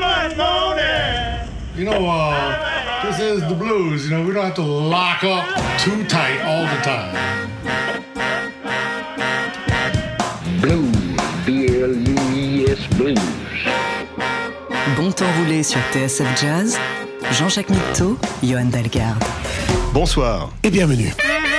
You know, this is the blues. You know, we don't have to lock up too tight all the time. Blues, B-L-U-E-S, blues. Bon temps roulé sur TSF Jazz, Jean-Jacques Mitteau, Johan Dalgarde. Bonsoir et bienvenue.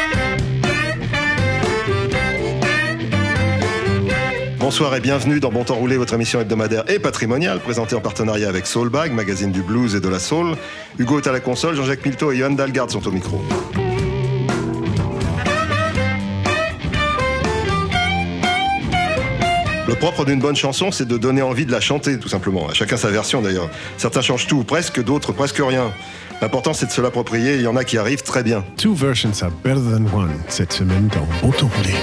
Bonsoir et bienvenue dans Bon Temps Roulé, votre émission hebdomadaire et patrimoniale, présentée en partenariat avec Soulbag, magazine du blues et de la soul. Hugo est à la console, Jean-Jacques Milteau et Johan Dalgarde sont au micro. Le propre d'une bonne chanson, c'est de donner envie de la chanter, tout simplement. À chacun sa version, d'ailleurs. Certains changent tout, presque, d'autres presque rien. L'important, c'est de se l'approprier, et il y en a qui arrivent très bien. Two versions are better than one, cette semaine dans Bon Temps Roulé.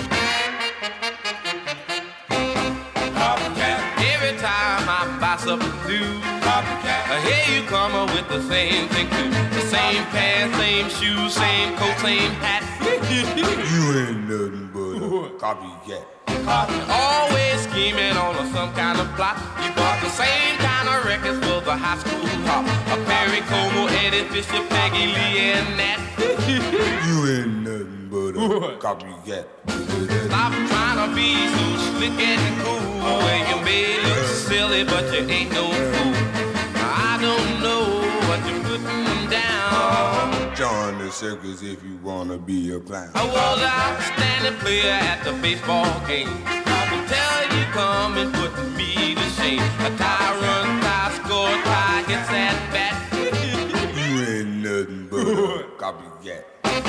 Here you come up with the same thing too. The same pants, same shoes, same coat, same hat. You ain't nothing but a copycat. Always scheming on some kind of plot. You bought the same kind of records for the high school hop. A Perry Como, Eddie Fisher, Peggy Lee, and Nat. You ain't nothing but a copycat. Stop trying to be so slick and cool. Well, you may look silly, but you ain't no fool. I don't know what you're putting down. Join the circus if you wanna be a clown. I was outstanding player at the baseball game. Until you come and put me to shame. A tie runs, tie scores, tie gets that bat. You ain't nothing but a copycat.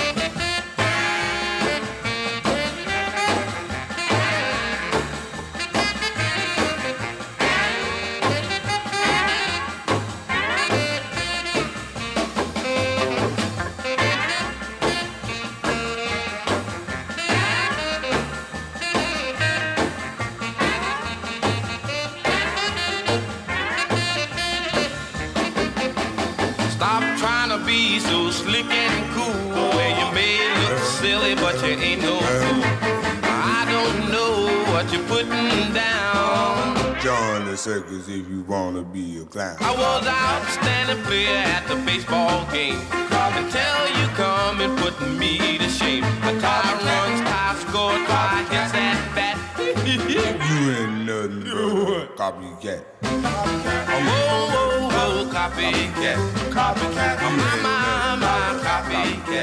Be so slick and cool. Well, you may look silly, but you ain't no fool. I don't know what you're putting down. Join the circus if you wanna be a clown. I was outstanding player at the baseball game. Until you come and put me to shame. A tie runs, tie scores, tie hits that bat. You ain't nothing but a copycat. Oh, copycat. Copycat. My copycat.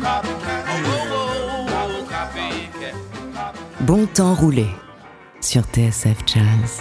Oh, copycat. Bon temps roulé sur TSF Jazz.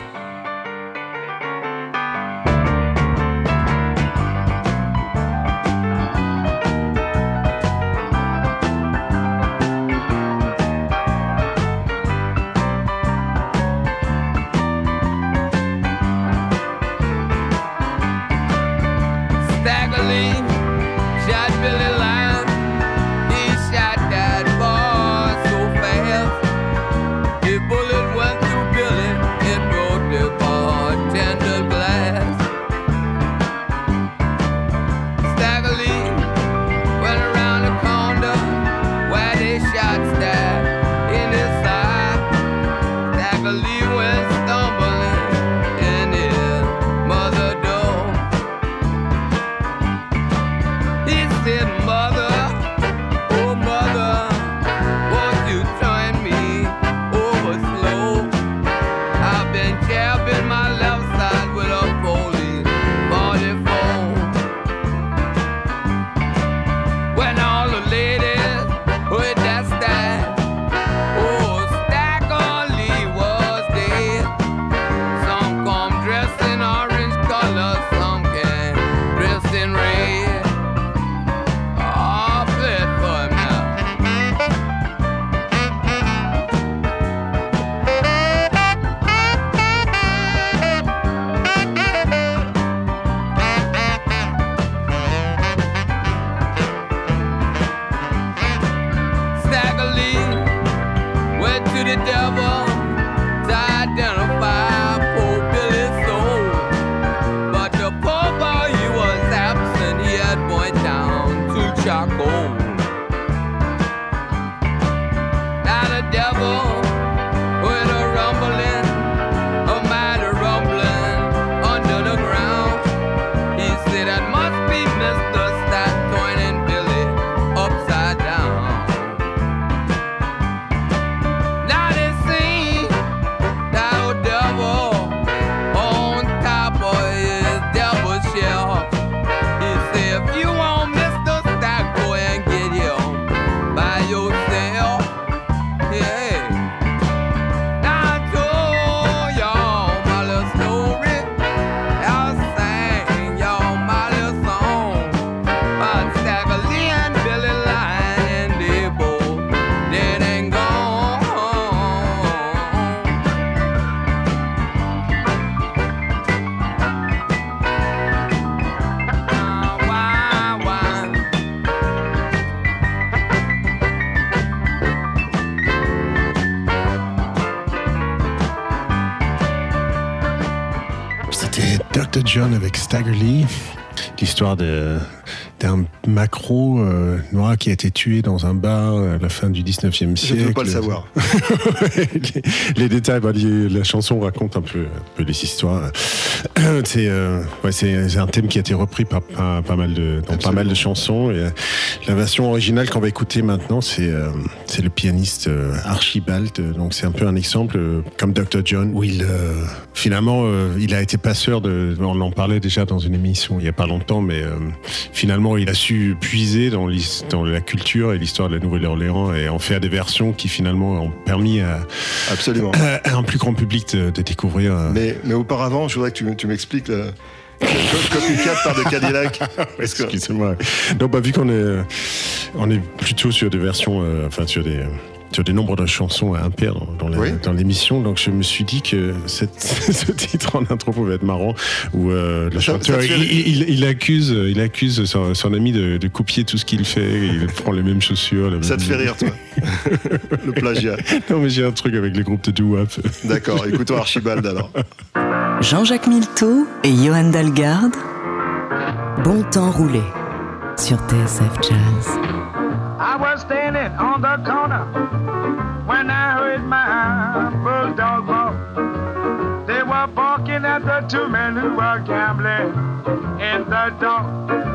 C'était Dr. John avec Stagger Lee, l'histoire d'un macro noir qui a été tué dans un bar à la fin du 19e siècle. Je ne veux pas le savoir. les détails, la chanson raconte un peu les histoires. C'est un thème qui a été repris par pas mal de chansons. Et la version originale qu'on va écouter maintenant, c'est le pianiste Archibald. Donc c'est un peu un exemple comme Dr. John, où finalement il a été passeur on en parlait déjà dans une émission il n'y a pas longtemps, mais finalement il a su puiser dans la culture et l'histoire de la Nouvelle-Orléans et en faire des versions qui finalement ont permis à un plus grand public de découvrir. Mais auparavant, je voudrais que tu m'expliques Copycat par de Cadillac. Excusez-moi. Donc, vu qu'on est plutôt sur des versions, sur des nombres de chansons impairs dans l'émission, donc je me suis dit que ce titre en intro pouvait être marrant, où le chanteur il accuse son ami de copier tout ce qu'il fait, il prend les mêmes chaussures. Ça te fait rire, toi? Le plagiat. Non, mais j'ai un truc avec les groupes de doo-wop. D'accord, écoutons Archibald alors. Jean-Jacques Milteau et Johan Dalgarde, Bon temps roulé sur TSF Jazz. I was standing on the corner when I heard my bulldog bark. They were barking at the two men who were gambling in the dark.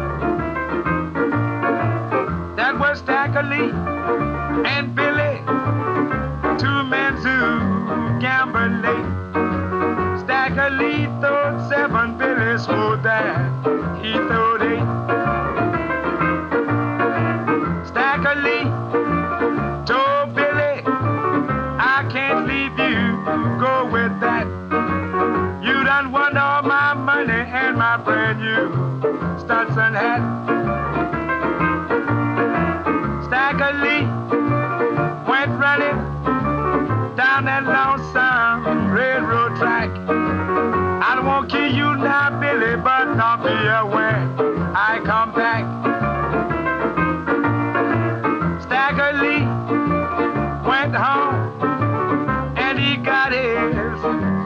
That was Stacker Lee and Billy, two men who gambled late. Stacker Lee throwed 7, Billy smoothed that he throwed 8. Stacker Lee told Billy, I can't leave you, go with that. You done won all my money and my brand new Stetson hat. Stacker Lee went running down that lonesome railroad track. I don't want to kill you now, Billy, but I'll be here when I come back. Stacker Lee went home and he got his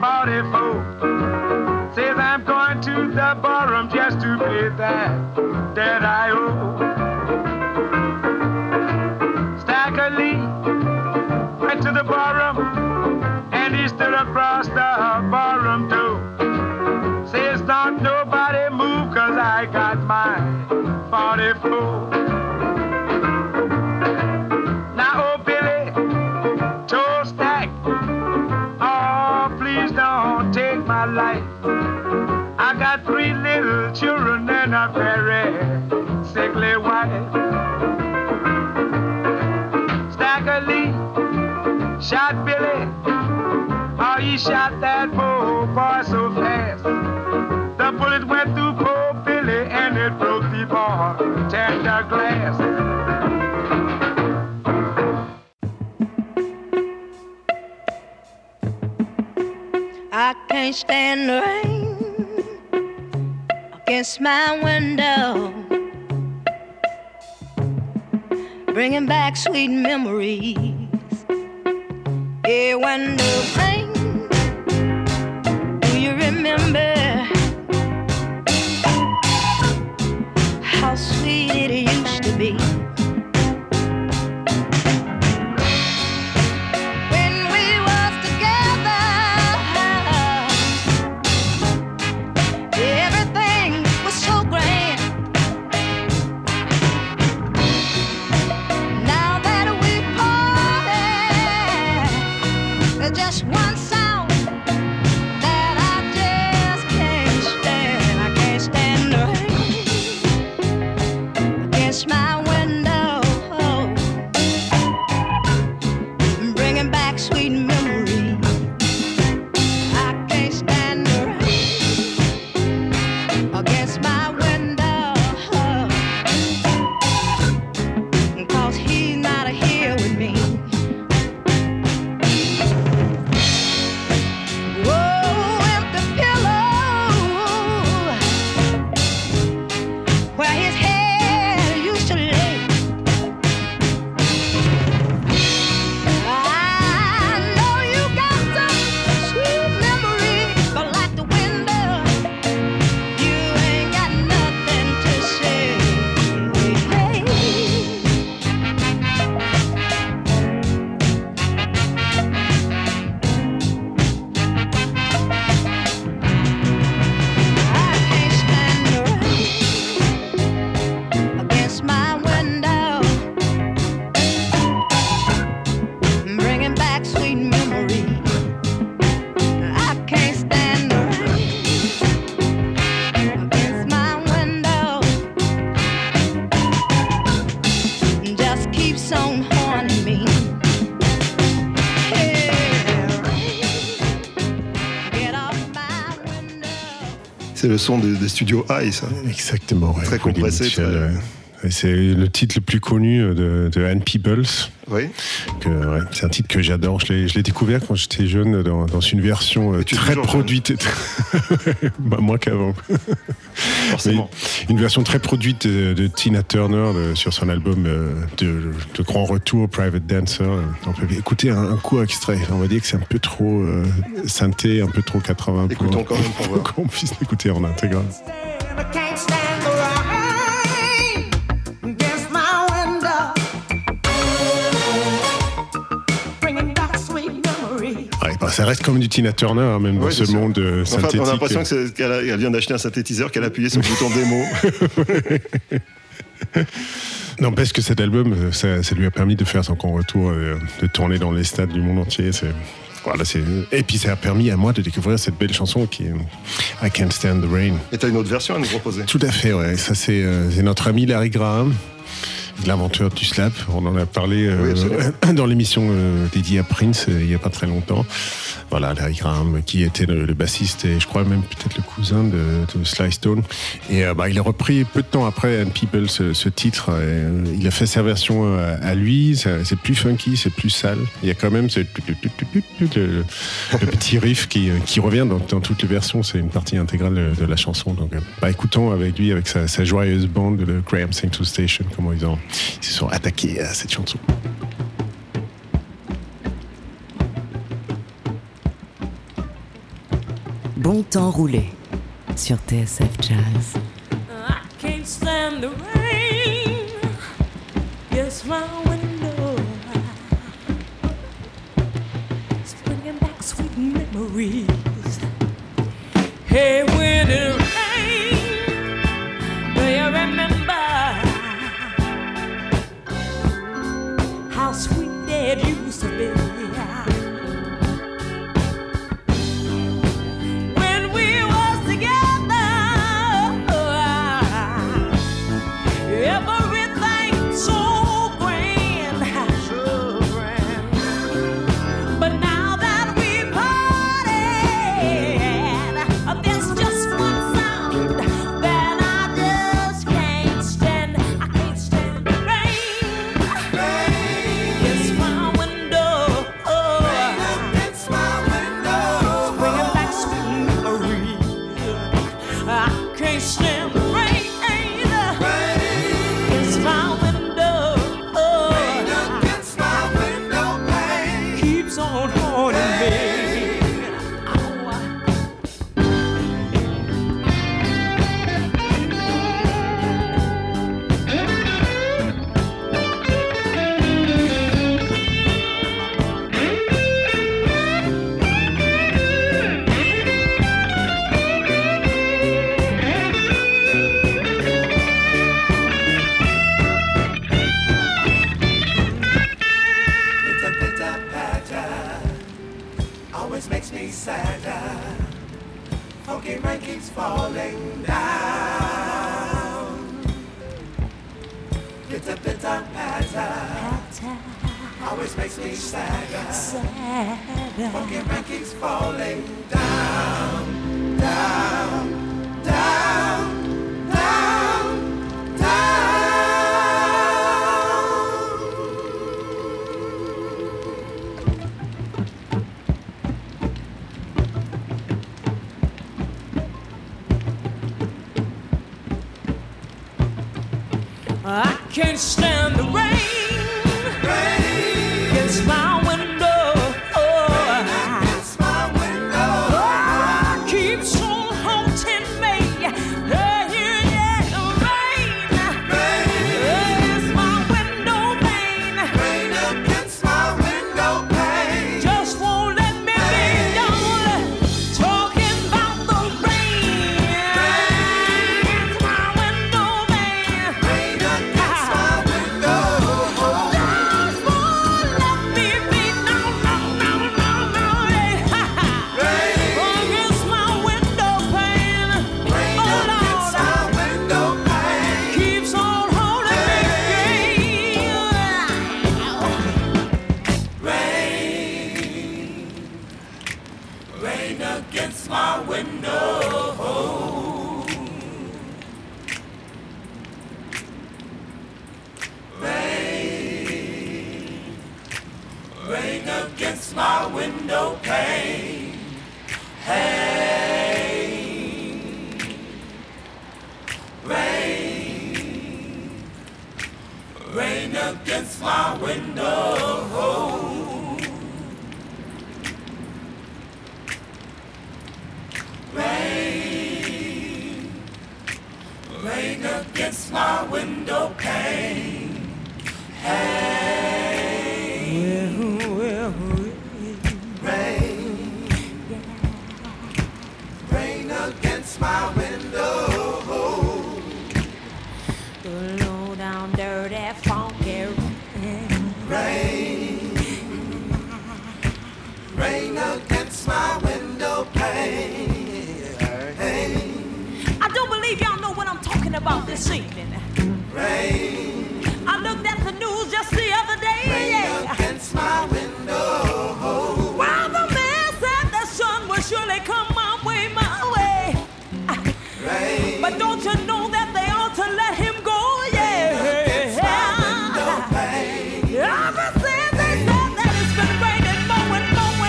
44. Says I'm going to the ballroom just to pay that I owe. Stacker Lee went to the ballroom and he stood across the ballroom door. Says don't nobody move 'cause I got my 44. Now old Billy told Stack, oh please don't take my life. I got 3 little children and a very sickly wife. Stacker Lee shot Billy, oh he shot that poor boy so fast. The bullet went through poor Billy and it broke the bartender glass. I can't stand the rain against my window, bringing back sweet memories. Yeah, when the rain, do you remember how sweet it used to be? Just one C'est le son des studios High, ça. Exactement. Ouais. Très compressé. Mitchell, ouais. Et c'est le titre le plus connu de Ann Peebles. Oui. C'est un titre que j'adore. Je l'ai découvert quand j'étais jeune dans une version très produite. Moins qu'avant. Forcément. Mais une version très produite de Tina Turner sur son album de grand retour, Private Dancer. On peut écouter un court extrait. On va dire que c'est un peu trop synthé, un peu trop 80. Écoutons quand même pour voir. Qu'on puisse l'écouter en intégral. Ça reste comme du Tina Turner, hein, même dans ce monde synthétique. On a l'impression qu'elle vient d'acheter un synthétiseur, qu'elle a appuyé sur le bouton démo. N'empêche que cet album, ça lui a permis de faire son grand retour, de tourner dans les stades du monde entier. Et puis ça a permis à moi de découvrir cette belle chanson qui est I Can't Stand the Rain. Et t'as une autre version à nous proposer? Tout à fait, ouais. Ça c'est notre ami Larry Graham, l'inventeur du slap. On en a parlé dans l'émission dédiée à Prince il n'y a pas très longtemps. Voilà, Larry Graham, qui était le bassiste et je crois même peut-être le cousin de Sly Stone. Et il a repris peu de temps après Ann Peebles ce titre. Il a fait sa version à lui. C'est plus funky, c'est plus sale. Il y a quand même le petit riff qui revient dans toutes les versions. C'est une partie intégrale de la chanson. Donc, écoutons avec lui, avec sa joyeuse bande, le Graham Central Station, comment ils se sont attaqués à cette chanson. Bon temps roulé sur TSF Jazz. I can't stand the rain. Yes, my window. It's bringing back sweet memories. Hey, when it rains, do you remember how sweet it used to be? I can't stand the rain. It's my window. It's my window. Oh, keeps on haunting me. The rain. It's my window pane. Rain against my window pane. Just won't let me be done talking about the rain. It's my window pane. Rain against my window. against my window. Rain, rain against my window pane. Hey, rain, rain against my window. Low down, dirty, funky rain, rain against my window pane. I don't believe y'all know what I'm talking about this evening. Rain, I looked at the news just the other day. rain against my window. Well, the man said the sun will surely come my way, my way. Rain, but don't you know that they ought to let him go? Ever since they said that it's been raining, mowing.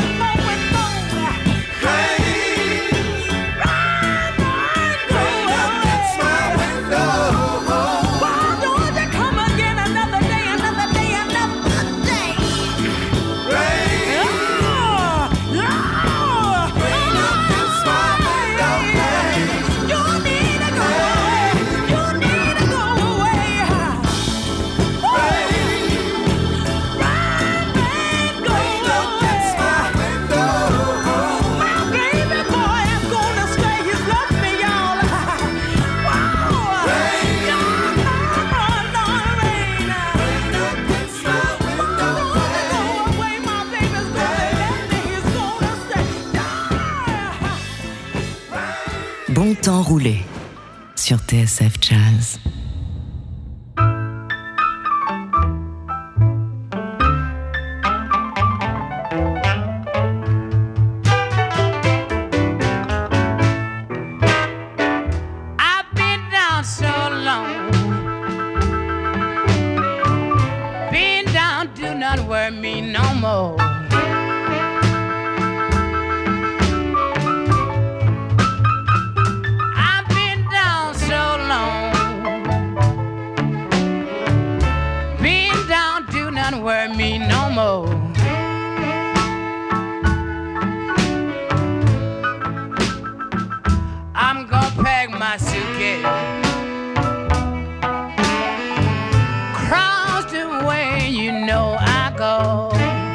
Bon temps roulé sur TSF Jazz. I've been down so long. Being down do not worry me no more. Worry me no more. I'm gonna pack my suitcase, cross the way you know I go.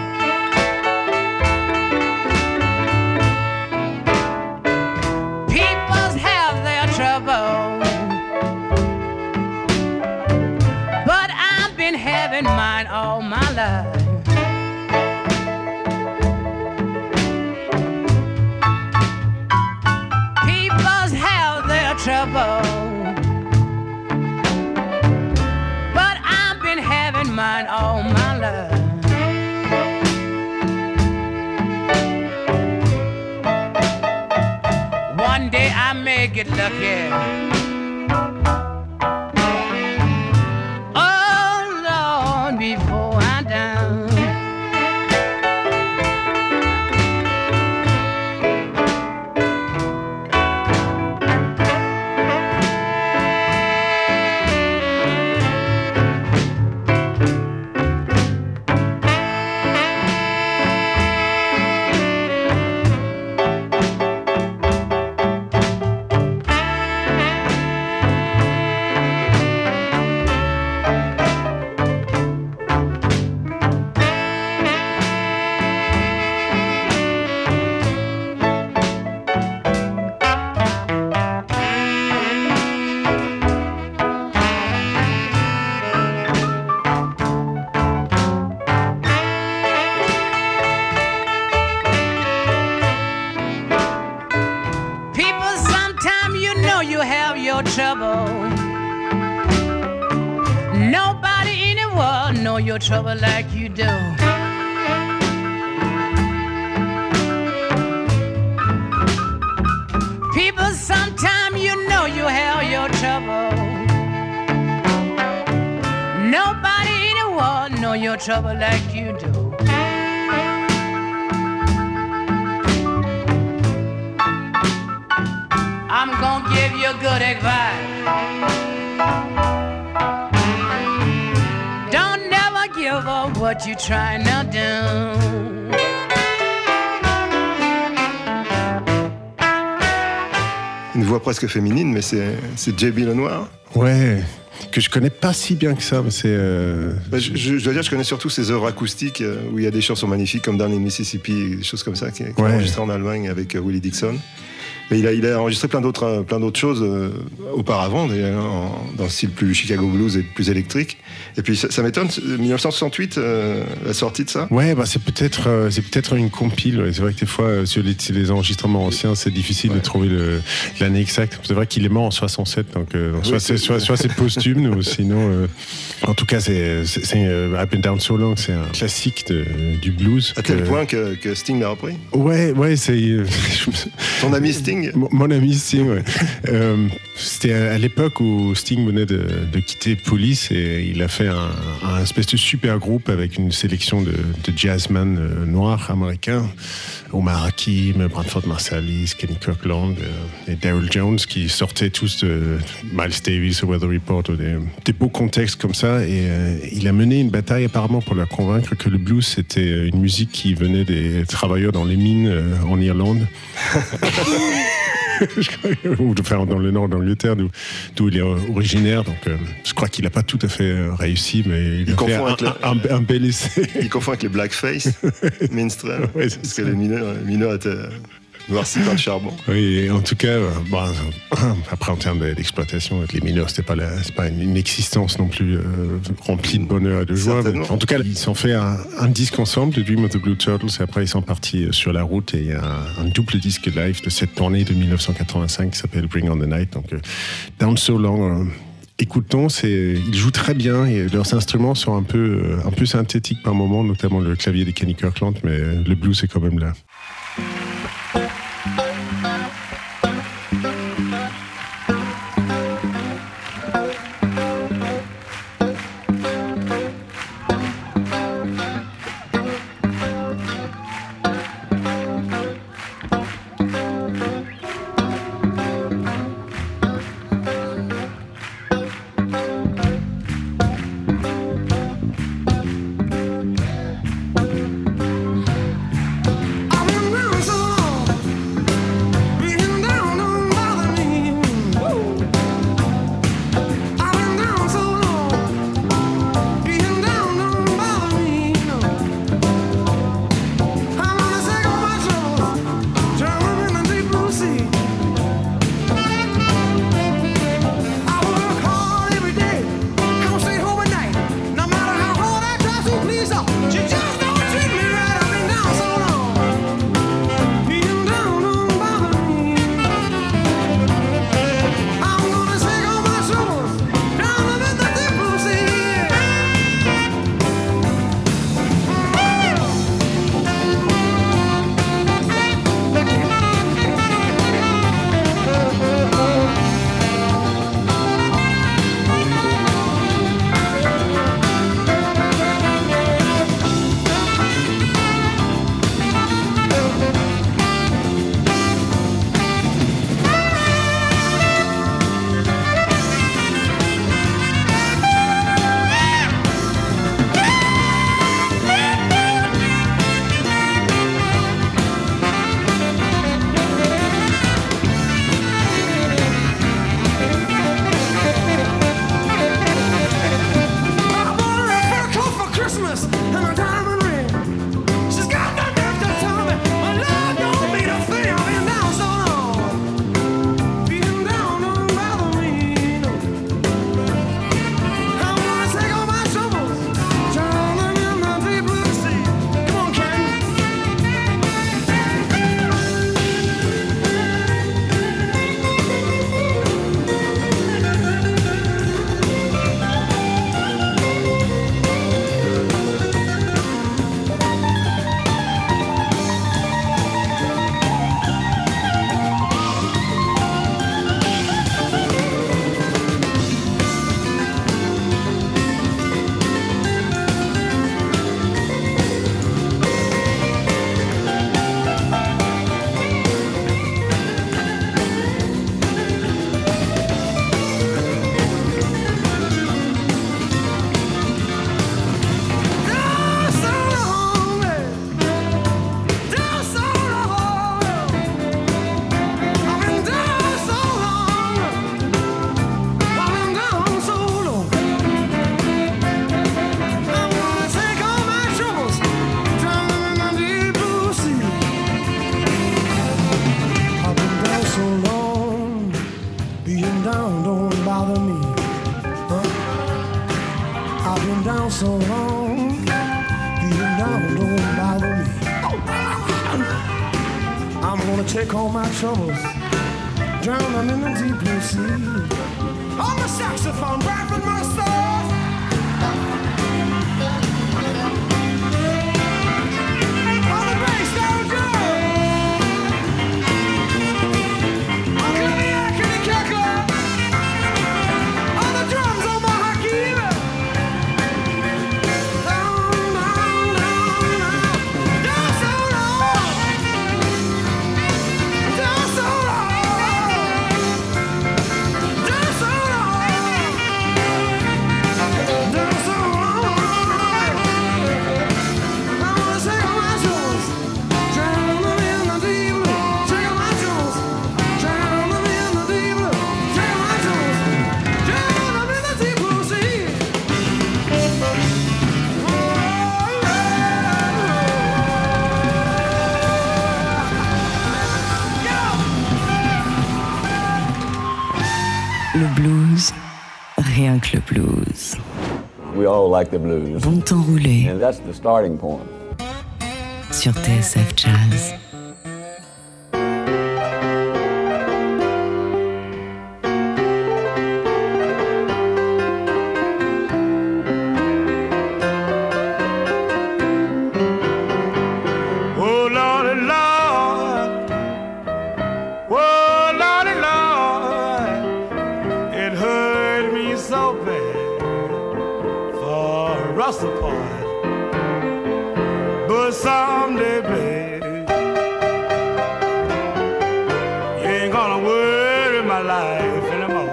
People's have their trouble, but I've been having mine all my life. People's have their trouble, but I've been having mine all my life. One day I may get lucky. Before I die, trouble. Nobody in the world know your trouble like you do. People, sometime you know you have your trouble. Nobody in the world know your trouble like you do. I'm gonna give you good advice. Don't never what you try now do. Une voix presque féminine, mais c'est J.B. Lenoir. Ouais, que je connais pas si bien que ça, mais c'est... je dois dire, je connais surtout ses œuvres acoustiques, où il y a des chansons magnifiques, comme Down in Mississippi, des choses comme ça, qui est enregistré en Allemagne avec Willie Dixon. Mais il a enregistré plein d'autres choses auparavant, dans le style plus Chicago Blues et plus électrique. Et puis ça m'étonne, 1968, la sortie de ça. Ouais, bah c'est peut-être une compile. C'est vrai que des fois sur les enregistrements anciens, c'est difficile de trouver l'année exacte. C'est vrai qu'il est mort en 67, donc soit c'est posthume, ou sinon, en tout cas, c'est I've Been Down So Long, c'est un classique du blues. À tel point que Sting l'a repris. Ouais, c'est ton ami Sting. Mon ami Sting, ouais. C'était à l'époque où Sting venait de quitter Police et il a fait un espèce de super groupe avec une sélection de jazzmen noirs américains, Omar Hakim, Branford Marsalis, Kenny Kirkland et Daryl Jones, qui sortaient tous de Miles Davis, Weather Report, des beaux contextes comme ça, et il a mené une bataille apparemment pour leur convaincre que le blues c'était une musique qui venait des travailleurs dans les mines en Irlande. Ou dans le nord d'Angleterre, d'où il est originaire. Donc, je crois qu'il n'a pas tout à fait réussi, mais il a fait un bel essai. Il confond avec les blackface minstrels, ouais, parce que les mineurs étaient noircis par le charbon. Oui, en tout cas, après en termes d'exploitation, les mineurs, c'est pas une existence non plus remplie de bonheur et de joie. En tout cas, ils s'en fait un disque ensemble, The Dream of the Blue Turtles, et après ils sont partis sur la route, et il y a un double disque live de cette tournée de 1985 qui s'appelle Bring on the Night. Donc, Down So Long. Écoutons, ils jouent très bien et leurs instruments sont un peu synthétiques par moments, notamment le clavier de Kenny Kirkland, mais le blues est quand même là. Beating down, don't bother me. so long, you now don't bother me. I'm gonna take all my troubles, drown them in the deep blue sea. On the saxophone, rapping my soul. On the bass, down good. On the yakety cackle. On the drums, on my hockey. Down, down, down, down. Down so long. Down so long. Down so long. Down so long. I wanna take all my souls, drown them in the deep blue. Take all my souls, drown them in the deep blue. Take all my souls, drown them in the deep blue sea. Le blues, rien que le blues. We all like the blues. Bon temps roulé And that's the starting point. sur TSF Jazz. Oh, Lordy, Lord. Oh, Lordy, Lord. It hurt me so bad for us apart. But someday, babe, you ain't gonna worry my life anymore.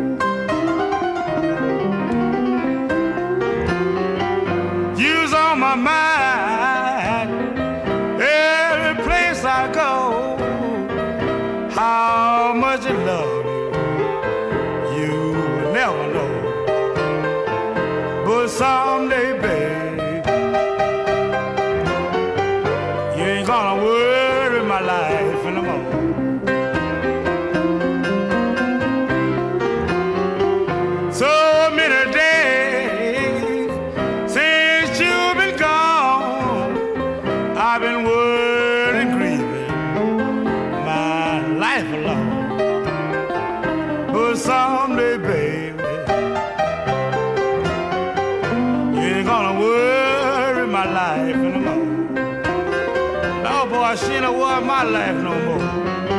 You's on my mind every place I go. How much I love you, you will never know. But someday, babe, you ain't gonna worry my life anymore. So many days since you've been gone, I've been worried and grieving my life alone. But someday, baby, you ain't gonna worry my life anymore. No, boy, she ain't gonna worry my life no more.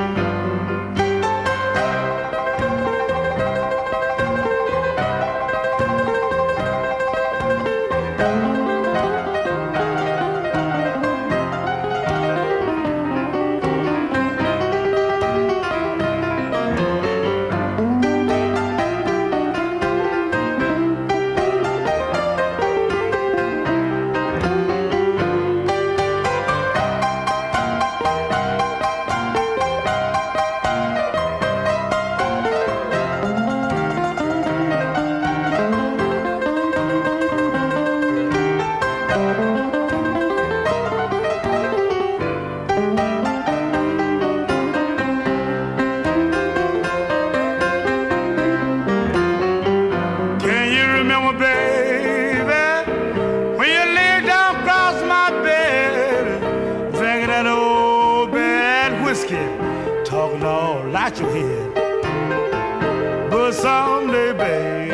Can you remember, baby, when you lay down across my bed, drinking that old bad whiskey, talking all out your head? But someday, babe,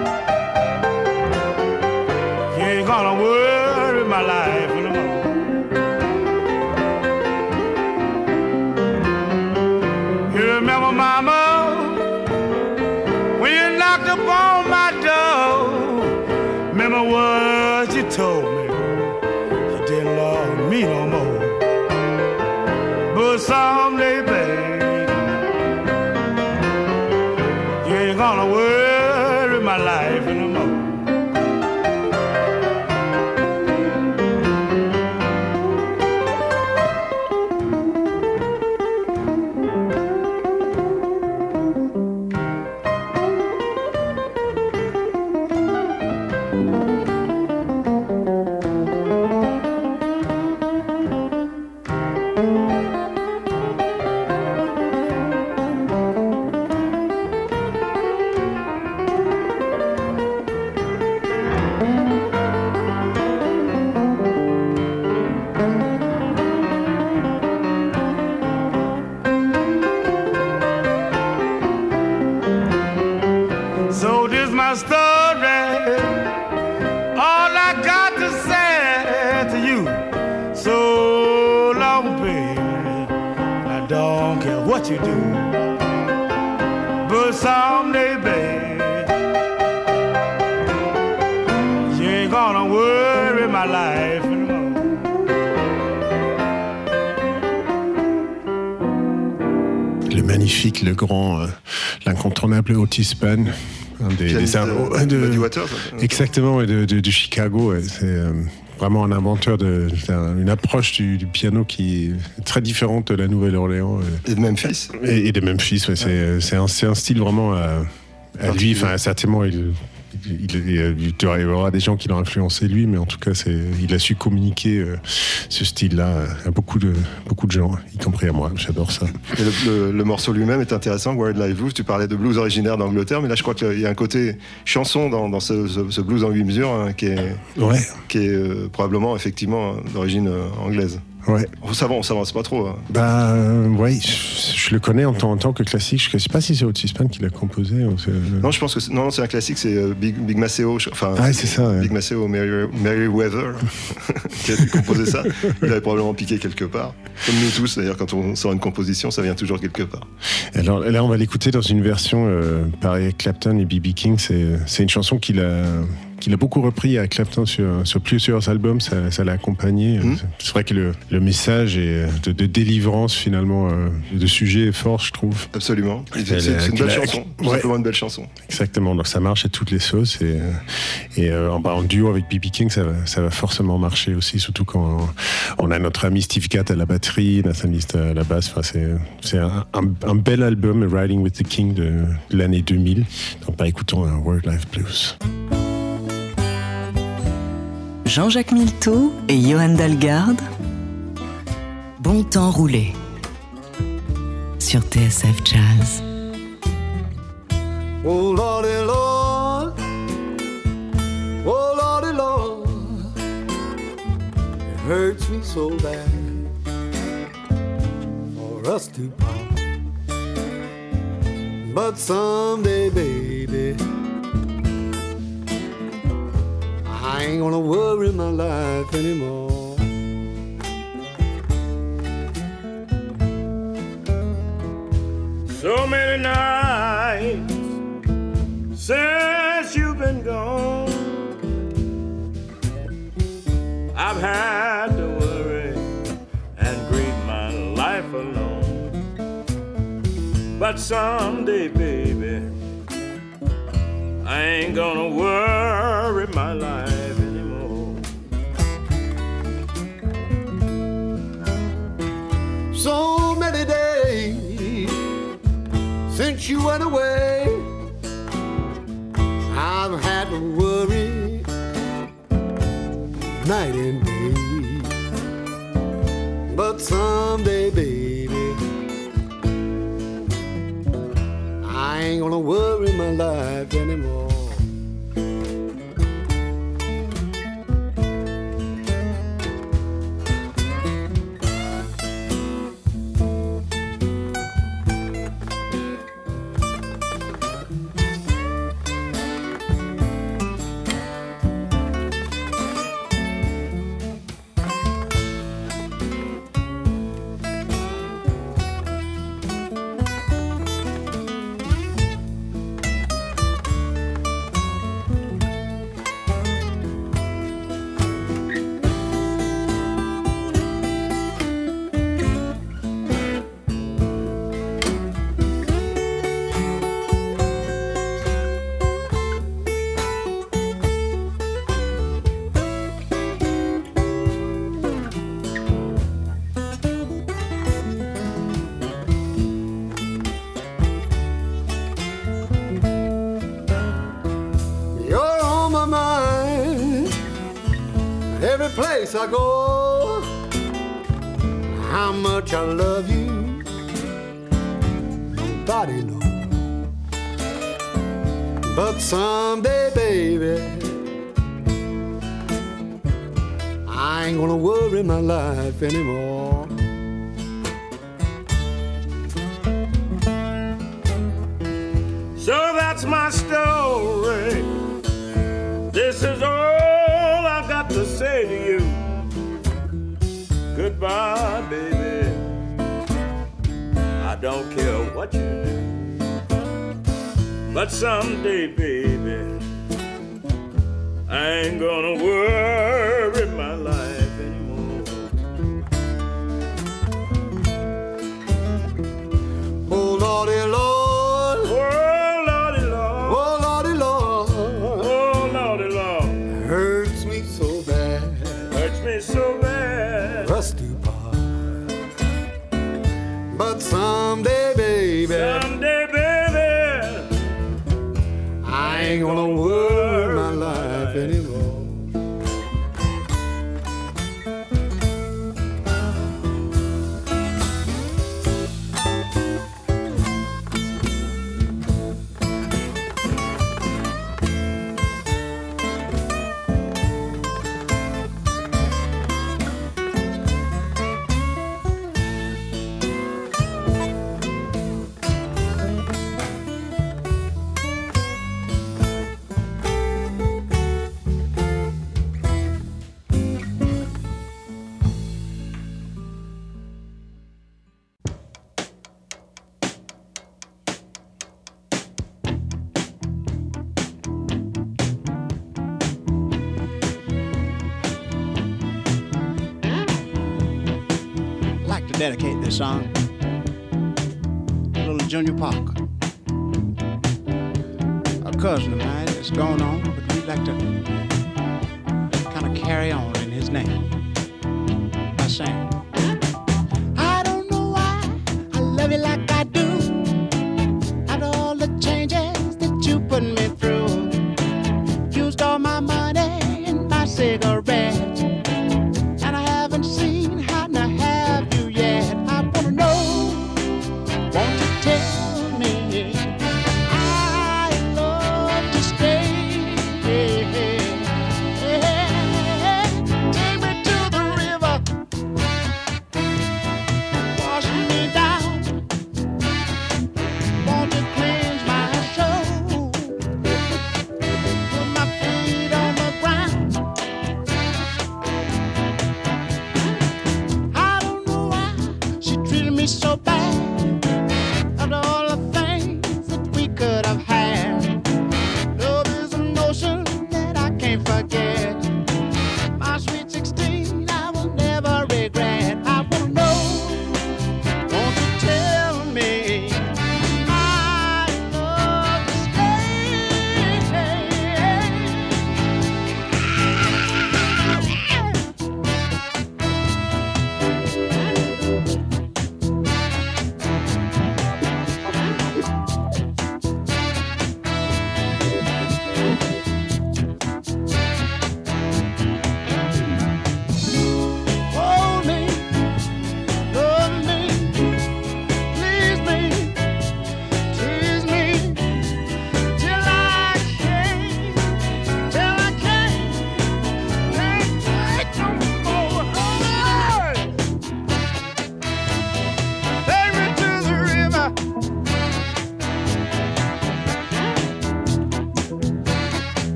you ain't gonna worry my life anymore. You remember, mama, when you knocked upon my door, remember what you told me? You didn't love me no more. But someday, babe, you ain't gonna worry my life anymore. story. All I got to say to you, so long, baby. I don't care what you do, but someday, baby, you ain't gonna worry my life anymore. Le magnifique, le grand, l'incontournable Otis Spann. Un des Muddy Waters. Exactement, de Chicago. Ouais. C'est vraiment un inventeur une approche du piano qui est très différente de la Nouvelle-Orléans. Et de Memphis. Et de Memphis, ouais. C'est un style vraiment à lui. Enfin, certainement, il y aura des gens qui l'ont influencé lui, mais en tout cas, il a su communiquer ce style-là à beaucoup de gens, y compris à moi. J'adore ça. Et le morceau lui-même est intéressant, World Life Blues. Tu parlais de blues originaire d'Angleterre, mais là, je crois qu'il y a un côté chanson dans ce blues en 8 mesures hein, qui est probablement effectivement d'origine anglaise. Ouais. On s'avance pas trop. Hein. Bah, oui, je le connais en tant que classique. Je ne sais pas si c'est Otis Spann qui l'a composé. Non, je pense que c'est un classique, c'est Big Maceo. Enfin, c'est ça. Ouais. Big Maceo Merriweather qui a composé ça. Il avait probablement piqué quelque part. Comme nous tous, d'ailleurs, quand on sort une composition, ça vient toujours quelque part. Alors là, on va l'écouter dans une version par Eric Clapton et B.B. King. C'est une chanson qu'il a beaucoup repris à Clapton sur plusieurs albums, ça l'a accompagné. C'est vrai que le message est de délivrance finalement de sujet est fort, je trouve. Absolument. C'est une belle chanson, tout simplement une belle chanson. Exactement, donc ça marche à toutes les sauces et en duo avec B.B. King, ça va forcément marcher aussi, surtout quand on a notre ami Steve Gadd à la batterie, Nathan East à la basse. Enfin, c'est un bel album, Riding with the King de l'année 2000. Donc écoutons un World Life Blues. Jean-Jacques Milteau et Johan Dalgarde. Bon temps roulé sur TSF Jazz. Oh Lordy Lord, oh Lordy Lord, it hurts me so bad for us to part. But someday, baby, I ain't gonna worry my life anymore. So many nights since you've been gone, I've had to worry and grieve my life alone. But someday, baby, I ain't gonna worry my life. So many days since you went away, I've had to worry night and day. But someday, baby, I ain't gonna worry my life anymore. Place I go, how much I love you, nobody knows. But someday, baby, I ain't gonna worry my life anymore. So that's my story. don't care what you do. But someday, baby, I ain't gonna worry my life anymore. Oh, Lordy, Lord. Oh, Lordy, Lord. Oh, Lordy, Lord. Oh, Lordy, Lord. Hurts me so bad. Hurts me so bad. Us to part. But someday, baby. Someday, baby, I ain't gonna worry my life anymore. Dedicate this song to little Junior Parker, a cousin of mine that's gone on, but we'd like to kind of carry on in his name by saying, I don't know why I love you like I do. After all the changes that you put me through, used all my money and my cigarettes, and I haven't seen how to have you yet. I wanna know, won't you tell me I love to stay? Take me to the river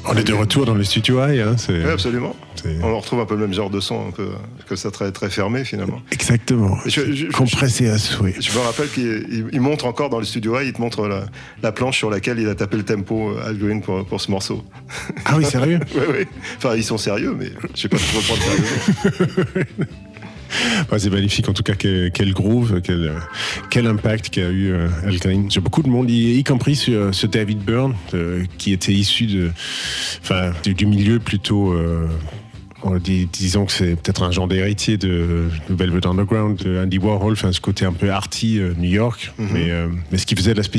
On est de retour dans le studio High. Hein, oui, absolument. On retrouve un peu le même genre de son, un peu, que ça très, très fermé finalement. Exactement. Compressé à souhait. Je me rappelle qu'il montre encore dans le studio High, il te montre la planche sur laquelle il a tapé le tempo Al Green pour ce morceau. Ah oui, sérieux? Oui. Enfin, ils sont sérieux, mais je sais pas si je peux le prendre sérieusement. Ouais, c'est magnifique, en tout cas, quel groove, quel impact qu'a eu Al Green. J'ai beaucoup de monde, y compris ce David Byrne, qui était issu du milieu plutôt... disons que c'est peut-être un genre d'héritier de Velvet Underground, de Andy Warhol, enfin ce côté un peu arty New York, mais ce qui faisait de la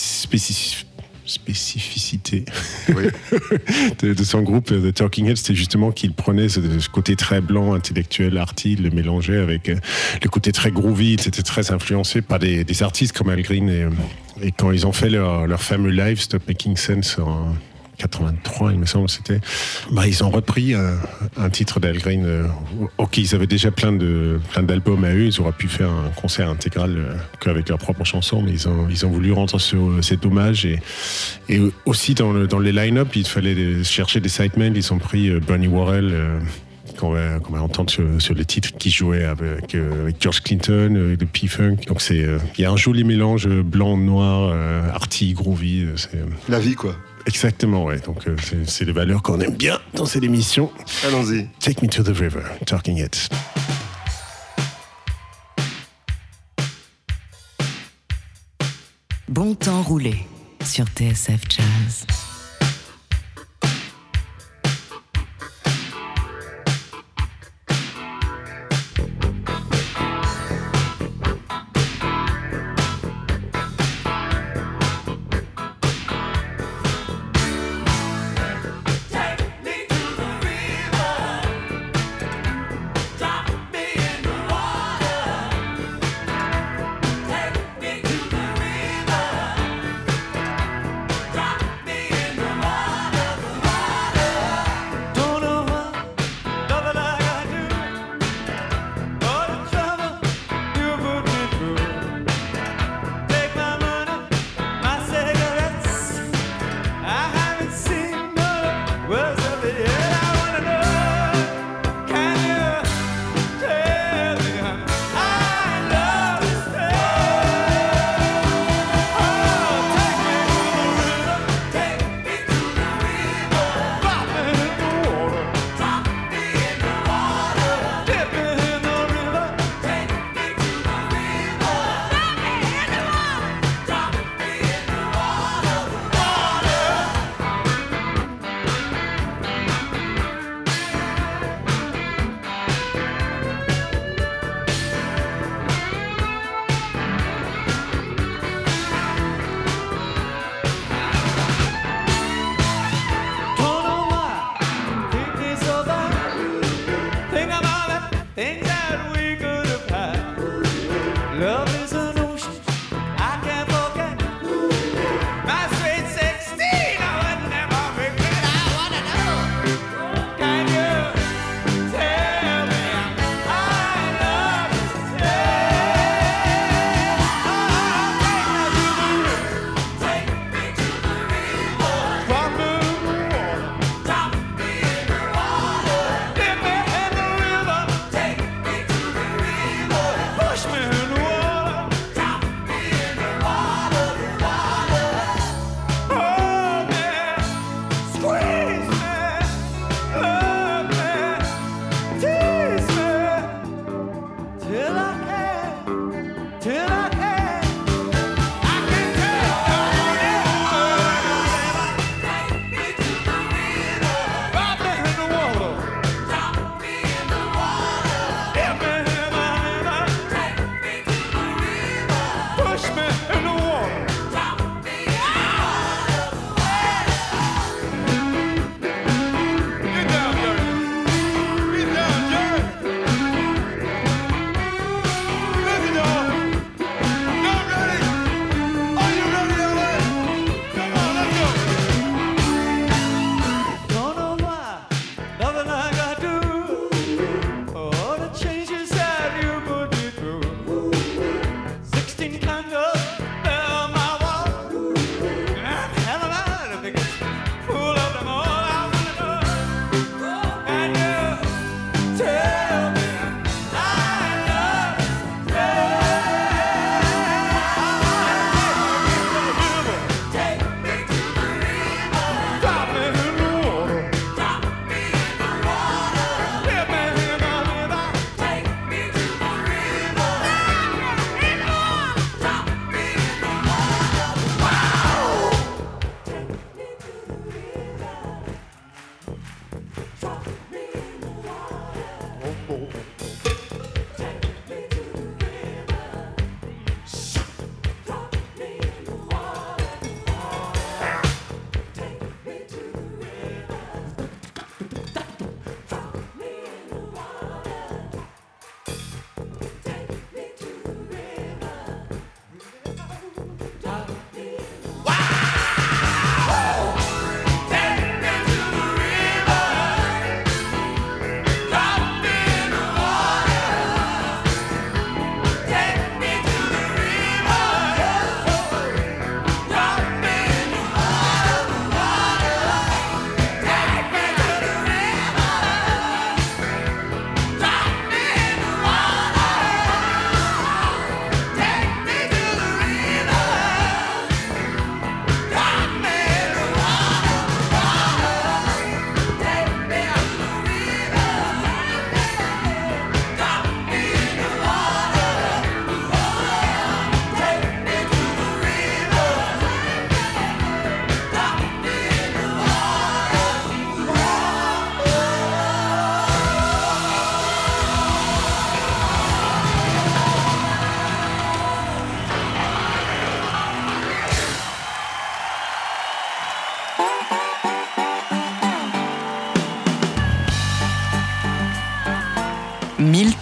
spécificité de son groupe The Talking Heads, c'était justement qu'il prenait ce côté très blanc, intellectuel, arty, le mélangeait avec le côté très groovy. C'était très influencé par des artistes comme Al Green, et quand ils ont fait leur fameux live Stop Making Sense en 83, il me semble, c'était. Ils ont repris un titre d'Al Green. Ok, ils avaient déjà plein d'albums à eux. Ils auraient pu faire un concert intégral qu'avec leurs propres chansons, mais ils ont voulu rendre cet hommage. Et aussi dans les line-up, il fallait chercher des sidemen. Ils ont pris Bunny Worrell. Qu'on va entendre sur le titre, qui jouait avec George Clinton, de P-Funk. Donc il y a un joli mélange blanc, noir, arty, groovy. La vie, quoi. Exactement, ouais. Donc c'est les valeurs qu'on aime bien dans cette émission. Allons-y. Take Me to the River, Talking Heads. Bon temps roulé sur TSF Jazz. Me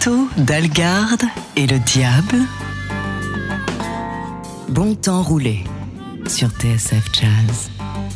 Mitteau, Dalgarde et le diable. Bon temps roulé sur TSF Jazz.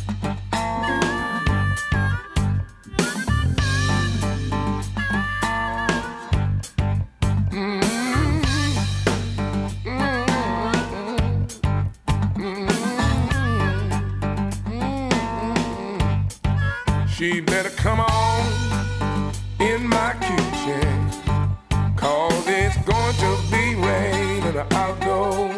She better come on in my kitchen, 'cause it's going to be rain in the outdoors.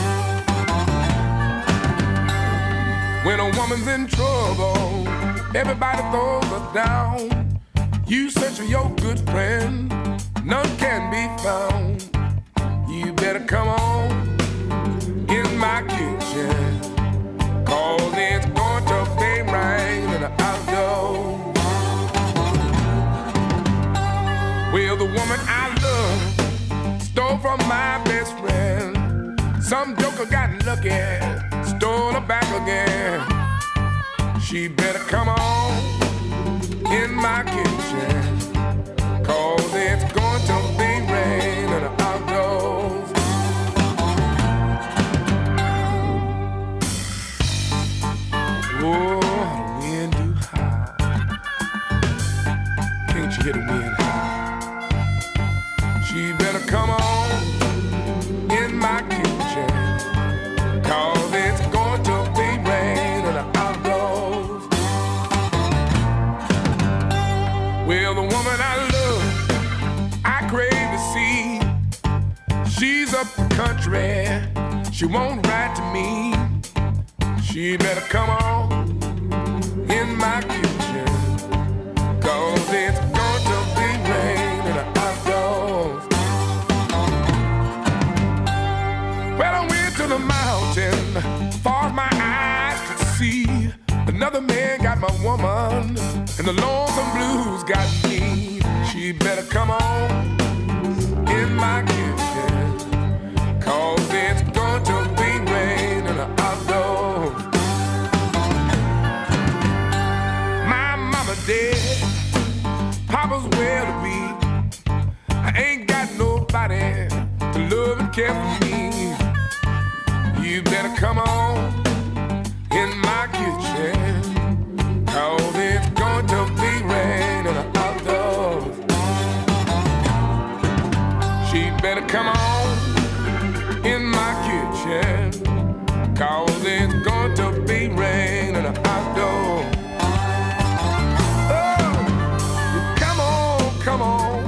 When a woman's in trouble, everybody throws her down. You search for your good friend, none can be found. You better come on in my kitchen, 'cause it's going to be rain in the outdoors. Well, the woman I love stole from my best friend. Some joker got lucky, stole her back again. She better come on in my kitchen, 'cause it's going to be rain in the outdoors. Oh, the wind do howl. Can't you hear the wind howl? She better come on in my kitchen, 'cause it's going to be rain in the outdoors. Well, the woman I love, I crave to see. She's up the country, she won't write to me. She better come on in my kitchen, 'cause it's going to be rain in the outdoors. Well, I went to the mountain, far as my eyes could see. Another man got my woman, and the lonesome blues got me. She better come on in my kitchen, 'cause it's going to be rain in the outdoors. My mama dead, Papa's well to be. I ain't got nobody to love and care for me. You better come on in my kitchen, 'cause it's going to be rain in the outdoors. She better come on in my kitchen, 'cause it's going to be rain in the outdoors. Oh, come on, come on,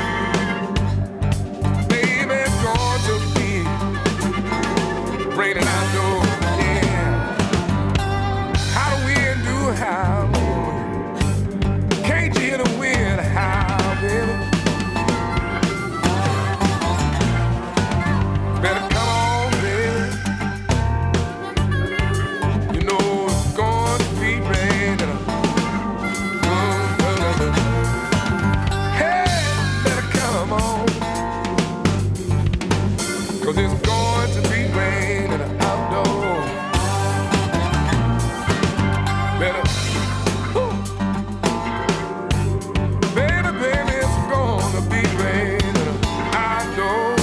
baby, it's going to be raining outdoors. Yeah, how the wind do howl. Can't you hear the wind howl, baby? Better come on, baby. You know it's going to be raining. Hey, better come on, 'cause it's going to be raining outdoors. Better, baby, baby, it's gonna be raining outdoors.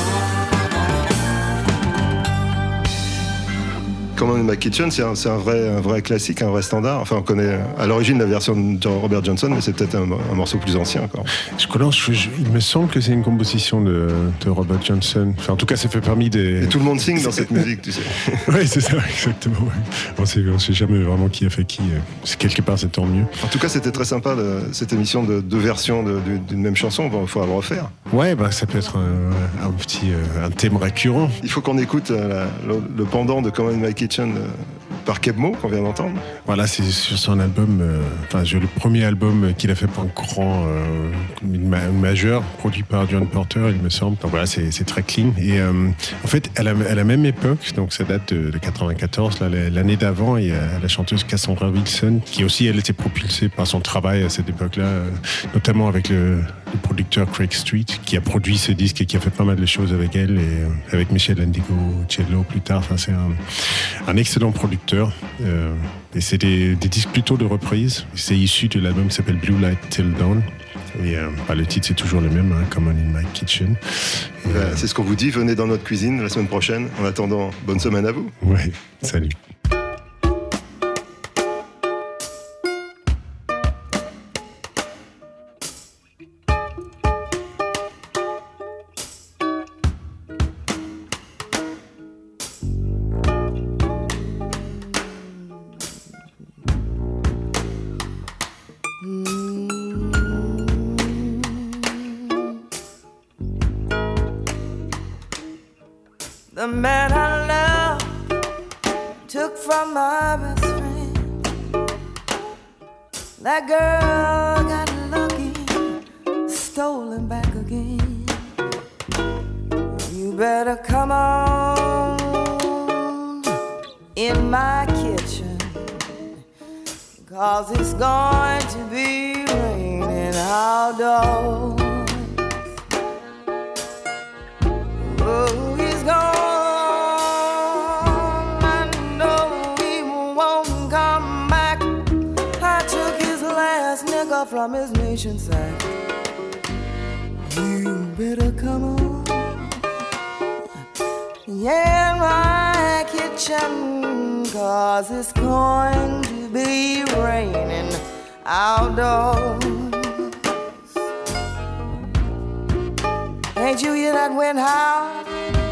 Come On in My Kitchen, c'est un vrai classique, un vrai standard. Enfin, on connaît à l'origine la version de Robert Johnson, mais c'est peut-être un morceau plus ancien encore. Il me semble que c'est une composition de Robert Johnson. Enfin, en tout cas, ça fait parmi des... Et tout le monde signe dans cette musique, tu sais. Oui, c'est ça, exactement. Ouais. On sait jamais vraiment qui a fait qui. Quelque part, c'est tant mieux. En tout cas, c'était très sympa, cette émission de deux versions d'une même chanson. Il faudra le refaire. Ouais, ça peut être un thème récurrent. Il faut qu'on écoute le pendant de Come On in My Kitchen par Kebmo, qu'on vient d'entendre. Voilà, c'est sur son album, le premier album qu'il a fait pour un grand majeur, produit par John Porter, il me semble. Donc voilà, c'est très clean. Et en fait, à la même époque, donc ça date de 94, l'année d'avant, il y a la chanteuse Cassandra Wilson, qui aussi, elle était propulsée par son travail à cette époque-là, notamment avec le producteur Craig Street, qui a produit ce disque et qui a fait pas mal de choses avec elle, et avec Michel Indigo-Cello plus tard. Enfin, c'est un excellent producteur. Et c'est des disques plutôt de reprise. C'est issu de l'album qui s'appelle Blue Light Till Dawn. Et le titre, c'est toujours le même, hein, Come On In My Kitchen. C'est ce qu'on vous dit, venez dans notre cuisine la semaine prochaine. En attendant, bonne semaine à vous. Ouais, salut. The man I love took from my best friend. That girl got lucky, stole him back again. You better come on in my kitchen, 'cause it's going to be raining outdoors. Oh, he's gone. From his nation side, you better come on in my kitchen, 'cause it's going to be raining outdoors. Ain't you hear that wind howl?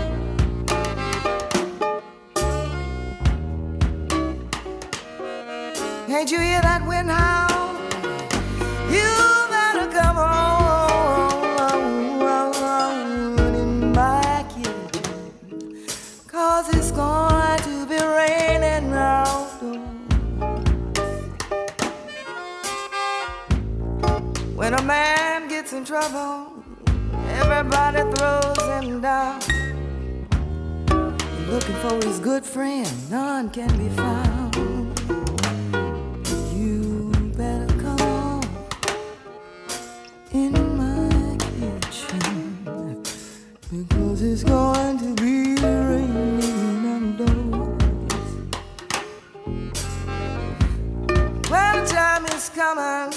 Ain't you hear that wind howl? You better come on in my kitchen, 'cause it's going to be raining outdoors. When a man gets in trouble, everybody throws him down. Looking for his good friend, none can be found. You better come on in my kitchen, because it's going to be raining outdoors. Well, the time is coming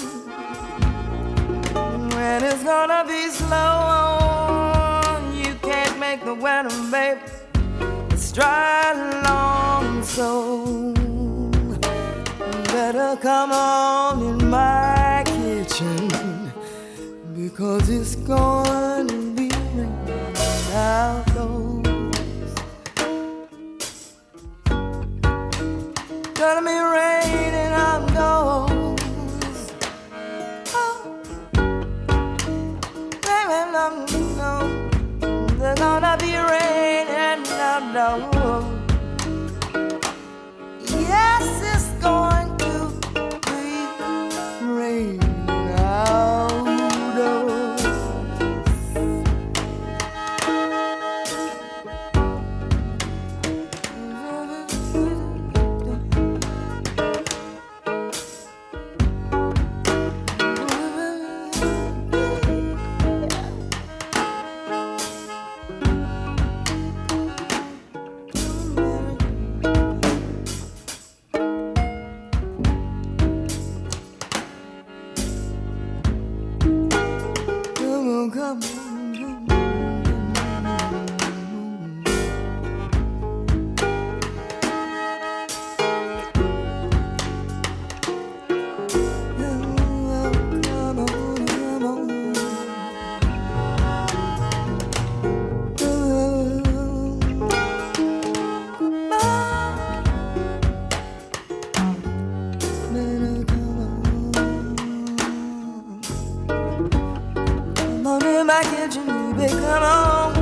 when it's gonna be slow. You can't make the weather, babe. It's dry long, so better come on in my kitchen, because it's going to be raining outdoors. Gonna be raining outdoors. Oh, they're gonna be raining outdoors. Yes, it's going to be raining outdoors. Come on in my kitchen, baby, come on.